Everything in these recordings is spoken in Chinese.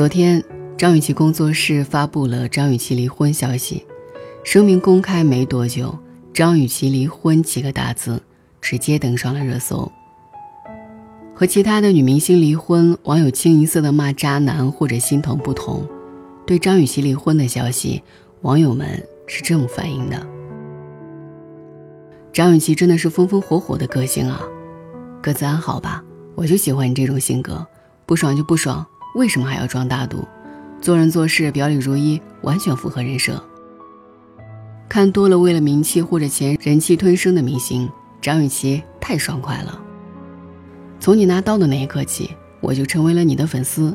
昨天，张雨绮工作室发布了张雨绮离婚消息，声明公开没多久，张雨绮离婚几个大字直接登上了热搜。和其他的女明星离婚，网友清一色的骂渣男或者心疼不同，对张雨绮离婚的消息，网友们是这么反映的：张雨绮真的是风风火火的个性啊，各自安好吧，我就喜欢你这种性格，不爽就不爽，为什么还要装大度？做人做事表里如一，完全符合人设。看多了为了名气或者钱忍气吞声的明星，张雨绮太爽快了。从你拿刀的那一刻起，我就成为了你的粉丝。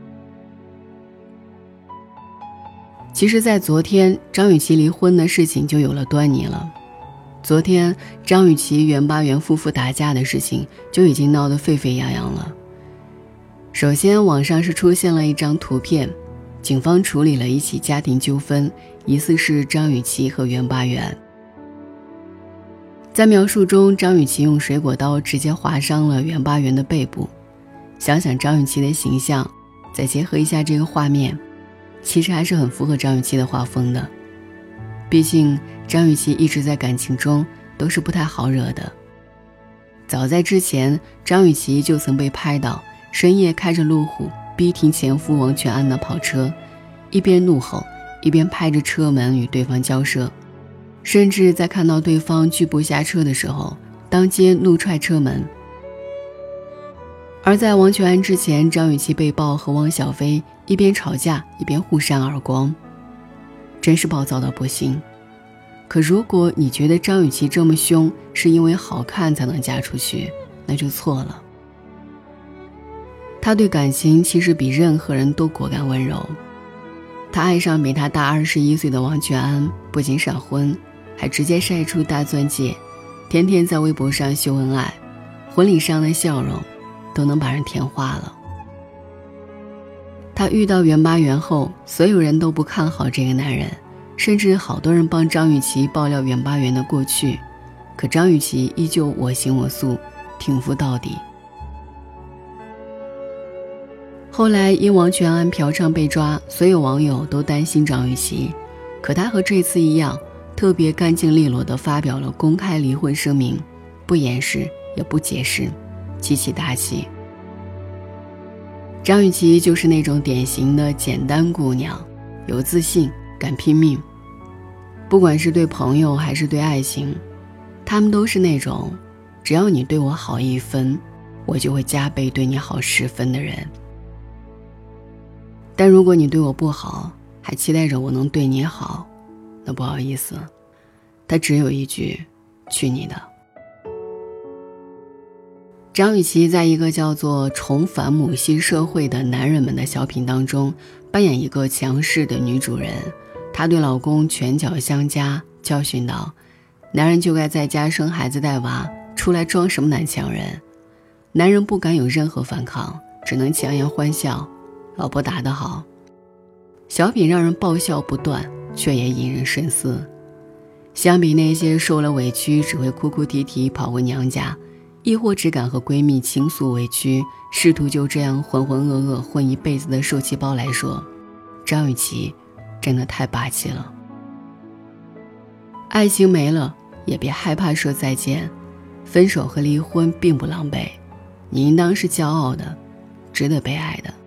其实在昨天，张雨绮离婚的事情就有了端倪了。昨天张雨绮袁巴元夫妇打架的事情就已经闹得沸沸扬扬了。首先网上是出现了一张图片，警方处理了一起家庭纠纷，疑似是张雨绮和袁巴元。在描述中，张雨绮用水果刀直接划伤了袁巴元的背部。想想张雨绮的形象，再结合一下这个画面，其实还是很符合张雨绮的画风的。毕竟张雨绮一直在感情中都是不太好惹的。早在之前，张雨绮就曾被拍到深夜开着路虎逼停前夫王全安的跑车，一边怒吼一边拍着车门与对方交涉，甚至在看到对方拒不下车的时候，当街怒踹车门。而在王全安之前，张雨绮被曝和汪小菲一边吵架一边互扇耳光，真是暴躁到不行。可如果你觉得张雨绮这么凶是因为好看才能嫁出去，那就错了。她对感情其实比任何人都果敢温柔。她爱上比她大21岁的王全安，不仅闪婚，还直接晒出大钻戒，天天在微博上秀恩爱，婚礼上的笑容都能把人甜化了。她遇到袁巴元后，所有人都不看好这个男人，甚至好多人帮张雨绮爆料袁巴元的过去，可张雨绮依旧我行我素，挺服到底。后来因王全安嫖娼被抓，所有网友都担心张雨绮，可她和这次一样，特别干净利落地发表了公开离婚声明，不掩饰也不解释，极其大气。张雨绮就是那种典型的简单姑娘，有自信，敢拼命。不管是对朋友还是对爱情，他们都是那种只要你对我好1分，我就会加倍对你好10分的人。但如果你对我不好，还期待着我能对你好，那不好意思，他只有一句，去你的。张雨绮在一个叫做重返母系社会的男人们的小品当中，扮演一个强势的女主人。她对老公拳脚相加，教训道：男人就该在家生孩子带娃，出来装什么男强人。男人不敢有任何反抗，只能强颜欢笑，老婆打得好。小品让人爆笑不断，却也引人深思。相比那些受了委屈只会哭哭啼啼跑回娘家，亦或只敢和闺蜜倾诉委屈，试图就这样浑浑噩噩混一辈子的受气包来说，张雨绮真的太霸气了。爱情没了，也别害怕说再见，分手和离婚并不狼狈，你应当是骄傲的，值得被爱的。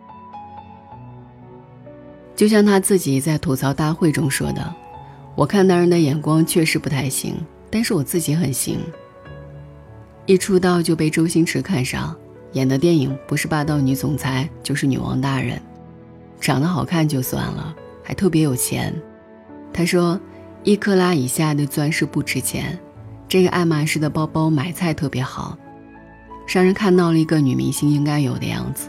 就像他自己在吐槽大会中说的，我看男人的眼光确实不太行，但是我自己很行。一出道就被周星驰看上，演的电影不是霸道女总裁就是女王大人，长得好看就算了，还特别有钱。他说1克拉以下的钻石不值钱，这个爱马仕的包包买菜特别好，让人看到了一个女明星应该有的样子。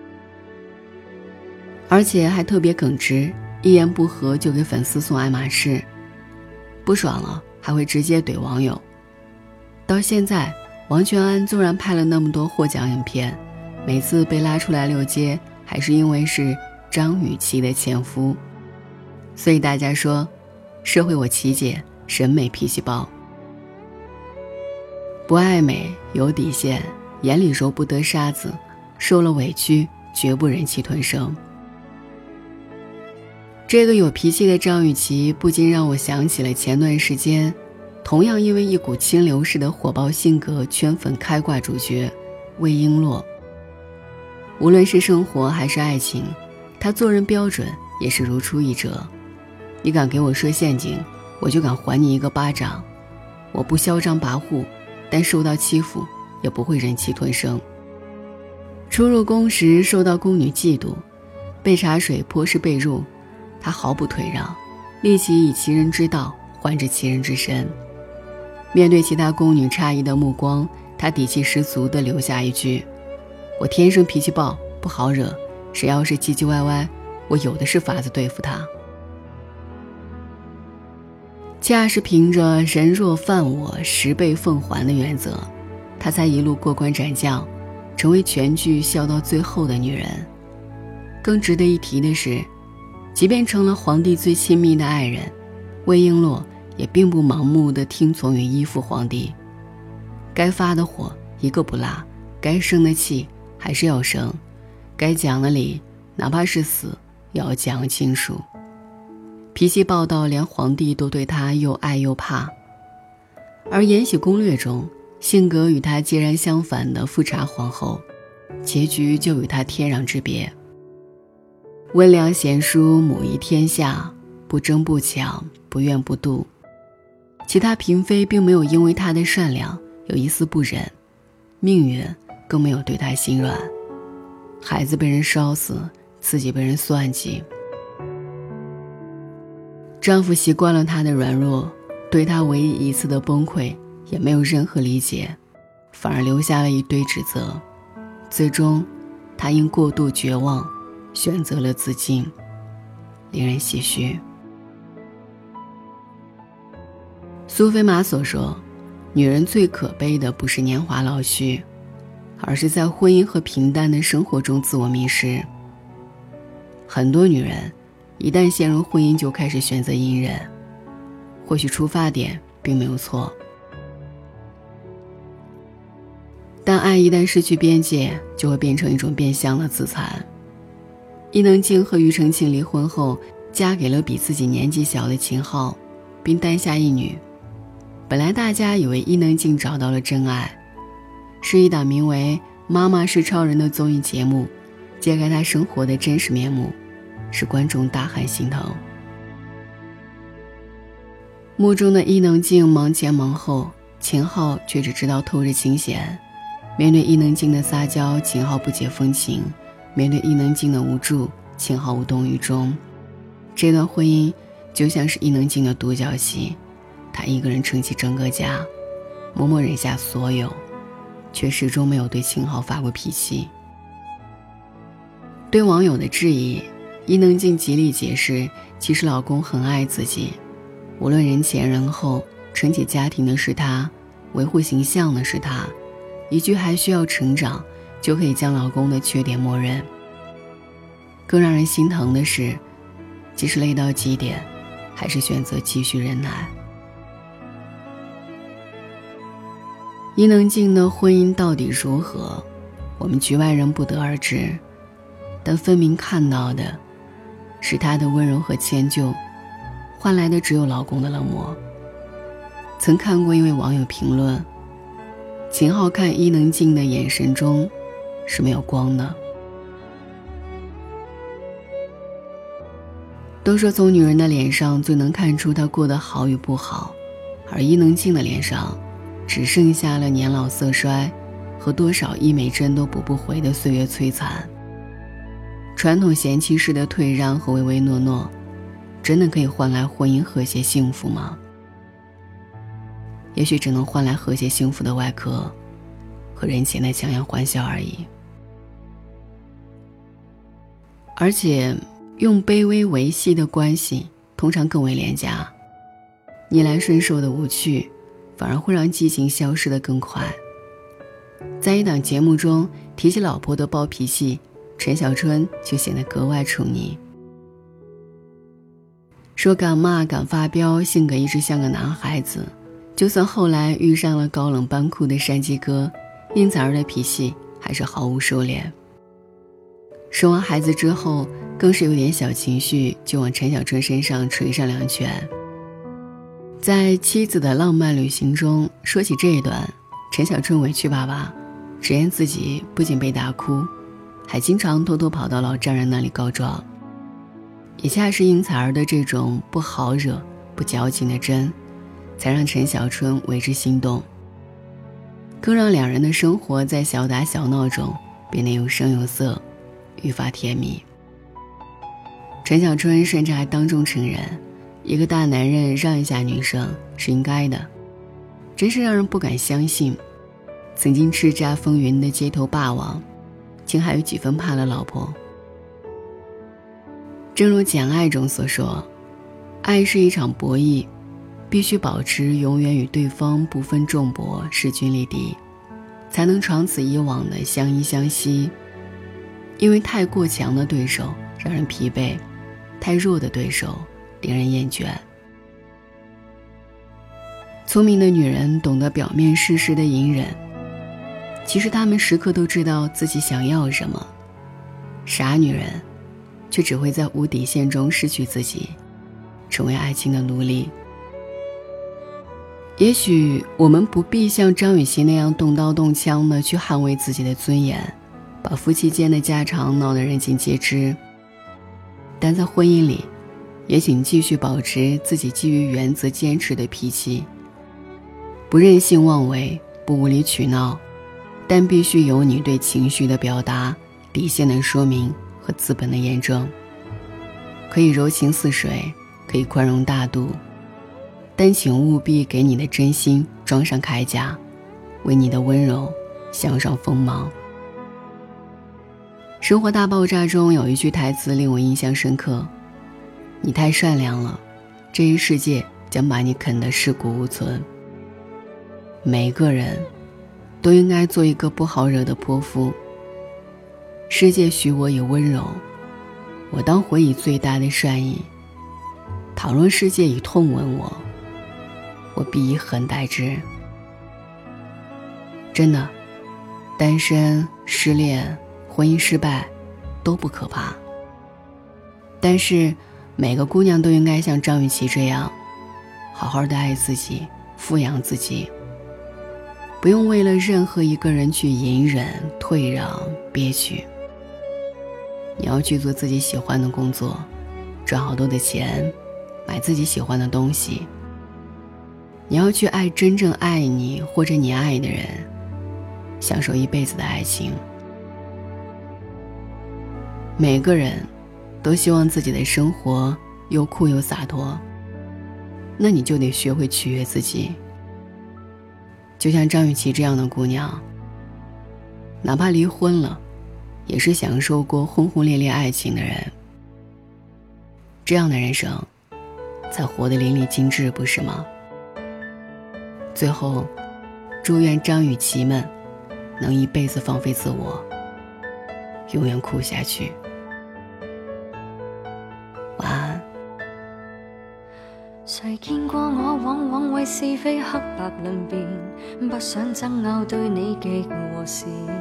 而且还特别耿直，一言不合就给粉丝送爱马仕，不爽了还会直接怼网友。到现在王全安纵然拍了那么多获奖影片，每次被拉出来溜街，还是因为是张雨绮的前夫。所以大家说，社会我琪姐，审美脾气暴。不爱美，有底线，眼里揉不得沙子，受了委屈绝不忍气吞声。 这个有脾气的张雨绮不禁让我想起了前段时间同样因为一股清流式的火爆性格圈粉开挂主角魏璎珞。无论是生活还是爱情，她做人标准也是如出一辙。你敢给我设陷阱，我就敢还你一个巴掌。我不嚣张跋扈，但受到欺负也不会忍气吞声。出入宫时受到宫女嫉妒，被茶水泼湿被褥，她毫不退让，立即以其人之道还治其人之身。面对其他宫女诧异的目光，她底气十足地留下一句：我天生脾气暴，不好惹，谁要是唧唧歪歪，我有的是法子对付他。恰是凭着人若犯我10倍奉还的原则，她才一路过关斩将，成为全剧笑到最后的女人。更值得一提的是，即便成了皇帝最亲密的爱人，魏璎珞也并不盲目地听从于依附皇帝。该发的火一个不落，该生的气还是要生，该讲的理哪怕是死也要讲清楚。脾气暴到连皇帝都对他又爱又怕。而《延禧攻略》中性格与他截然相反的富察皇后，结局就与他天壤之别。温良贤淑，母仪天下，不争不抢，不怨不妒。其他嫔妃并没有因为她的善良有一丝不忍，命运更没有对她心软。孩子被人烧死，自己被人算计。丈夫习惯了她的软弱，对她唯一一次的崩溃也没有任何理解，反而留下了一堆指责。最终她因过度绝望选择了自尽，令人唏嘘。苏菲玛索说，女人最可悲的不是年华老去，而是在婚姻和平淡的生活中自我迷失。很多女人一旦陷入婚姻就开始选择隐忍，或许出发点并没有错，但爱一旦失去边界，就会变成一种变相的自残。伊能静和庾澄庆离婚后，嫁给了比自己年纪小的秦昊，并诞下一女。本来大家以为伊能静找到了真爱，是一档名为《妈妈是超人》的综艺节目揭开她生活的真实面目，使观众大喊心疼。幕中的伊能静忙前忙后，秦昊却只知道透着清闲。面对伊能静的撒娇，秦昊不解风情；面对伊能静的无助，秦昊无动于衷。这段婚姻就像是伊能静的独角戏，她一个人撑起整个家，默默忍下所有，却始终没有对秦昊发过脾气。对网友的质疑，伊能静极力解释，其实老公很爱自己，无论人前人后，撑起家庭的是他，维护形象的是他，一句还需要成长，就可以将老公的缺点默认。更让人心疼的是，即使累到极点，还是选择继续忍耐。伊能静的婚姻到底如何，我们局外人不得而知，但分明看到的是她的温柔和迁就，换来的只有老公的冷漠。曾看过一位网友评论，秦昊看伊能静的眼神中是没有光的。都说从女人的脸上最能看出她过得好与不好，而伊能静的脸上只剩下了年老色衰和多少医美针都补不回的岁月摧残。传统贤妻式的退让和唯唯诺诺，真的可以换来婚姻和谐幸福吗？也许只能换来和谐幸福的外壳和人前的强颜欢笑而已。而且用卑微维系的关系通常更为廉价，逆来顺受的无趣反而会让激情消失得更快。在一档节目中提起老婆的暴脾气，陈小春就显得格外宠溺，说敢骂敢发飙，性格一直像个男孩子，就算后来遇上了高冷班酷的山鸡哥，应采儿的脾气还是毫无收敛。 生完孩子之后，更是有点小情绪就往陈小春身上捶上2拳。在妻子的浪漫旅行中，说起这一段，陈小春委屈巴巴，直言自己不仅被打哭，还经常偷偷跑到老丈人那里告状。也恰是应采儿的这种不好惹不矫情的真，才让陈小春为之心动，更让两人的生活在小打小闹中变得有声有色，愈发甜蜜。陈小春甚至还当众承认，一个大男人让一下女生是应该的，真是让人不敢相信，曾经叱咤风云的街头霸王，竟还有几分怕了老婆。正如《简爱》中所说，爱是一场博弈，必须保持永远与对方不分众薄，势均力敌，才能长此以往的相依相惜。因为太过强的对手让人疲惫，太弱的对手令人厌倦。聪明的女人懂得表面适时的隐忍，其实她们时刻都知道自己想要什么。傻女人却只会在无底线中失去自己，成为爱情的奴隶。也许我们不必像张雨绮那样动刀动枪的去捍卫自己的尊严，把夫妻间的家常闹得人尽皆知，但在婚姻里，也请继续保持自己基于原则坚持的脾气，不任性妄为，不无理取闹，但必须有你对情绪的表达、底线的说明和资本的验证。可以柔情似水，可以宽容大度，但请务必给你的真心装上铠甲，为你的温柔镶上锋芒。生活大爆炸中有一句台词令我印象深刻，你太善良了，这一世界将把你啃得尸骨无存。每个人都应该做一个不好惹的泼妇，世界许我以温柔，我当回以最大的善意。倘若世界以痛吻我，我必以狠待之。真的，单身、失恋、婚姻失败都不可怕，但是每个姑娘都应该像张雨绮这样，好好的爱自己，富养自己，不用为了任何一个人去隐忍、退让、憋屈。你要去做自己喜欢的工作，赚好多的钱，买自己喜欢的东西。你要去爱真正爱你或者你爱的人，享受一辈子的爱情。每个人都希望自己的生活又酷又洒脱，那你就得学会取悦自己。就像张雨绮这样的姑娘，哪怕离婚了，也是享受过轰轰烈烈爱情的人。这样的人生才活得淋漓尽致，不是吗？最后，祝愿张雨绮们能一辈子放飞自我，永远酷下去。晚安。 谁见过我往往为是非黑白论辩，不想争拗对你极和善。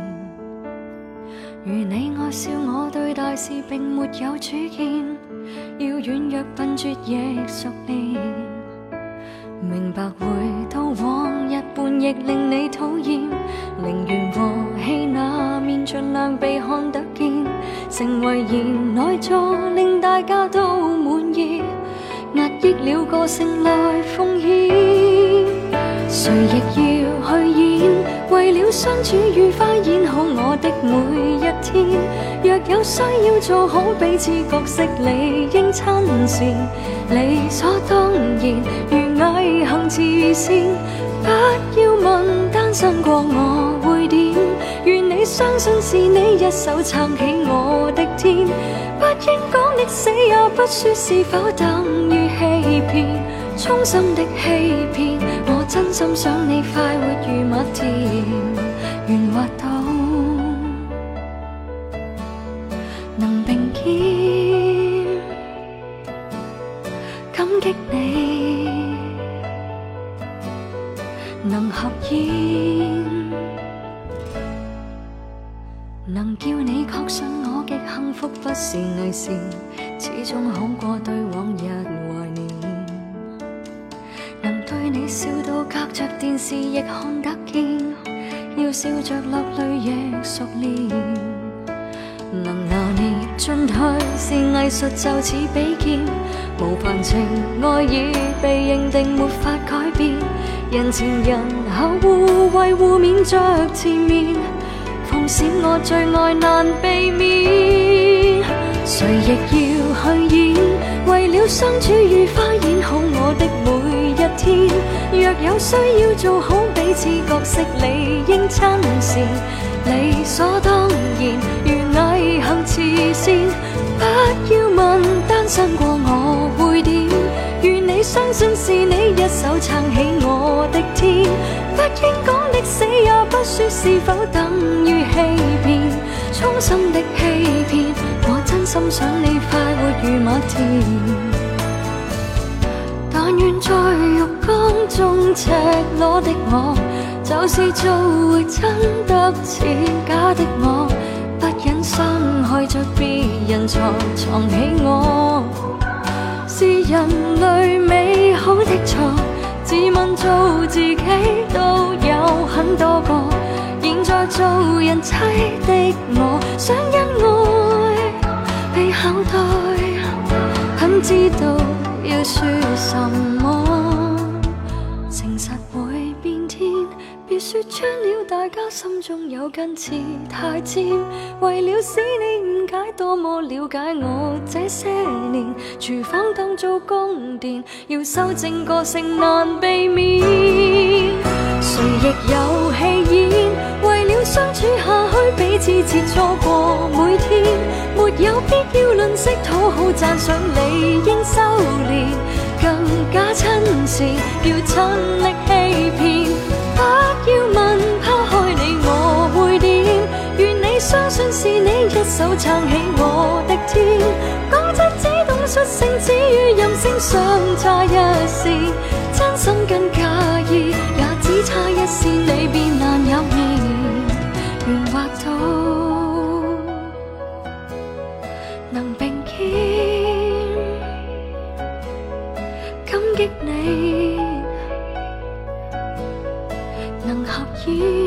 如你爱笑我对大事并没有主见，要軟弱笨拙亦熟練，明白回到往日叛逆令你討厭，寧願和氣那面盡量被看得見，成為賢內助令大家都滿意，壓抑了個性來奉獻，誰亦要去演，為了相處愉快演好我的每一天，若有需要做好彼此角色理應親善，理所當然如毅行慈善，不要問單身過我會點，願你相信是你一手撐起我的天，不應講的死也不說是否等於欺騙，衷心的欺騙，我真心想你快活如蜜甜，圓滑到能並肩，感激你能合煙，能叫你確信我極幸福不是偽善，始終好過對往日懷念。能對你笑到隔着電視亦看得見，要笑着落淚亦熟練。能拿捏進退是藝術，就似比肩，無凡情愛已被認定沒法改變。人前人後互惠互勉着纏綿，奉閃我最愛難避免。誰亦要去演，為了相處愉快演好我的每一天。若有需要做好彼此角色，理應親善，理所當然。如毅行慈善，不要問單身過我會點。願你相信是你一手撐起我的天，不應講的死也不說是否等於欺騙，衷心的欺騙。我真心想你快活如馬田，但願在浴缸中赤裸的我，就是做回真得似假的我，不忍傷害着別人才藏起我。是人類美好的錯，自問做自己都有很多個，現在做人妻的我，想因愛被厚待，很知道要說什麼，誠實會變天，別說穿了大家心中有根刺太尖，為了使你誤解多麼了解我這些年，廚房當做宮殿，要修正個性難避免。誰亦有戲演，為了相處下去彼此切磋過每天，沒有必要吝嗇討好讚賞，理應修練更加親切，要親力欺騙。不要問拋開你我會點，願你相信是你一手撐起我的天。講真只懂率性，只與任性相差一線，真心跟假意也只差一線，你便難有面圓滑到能並肩，感激你能合意。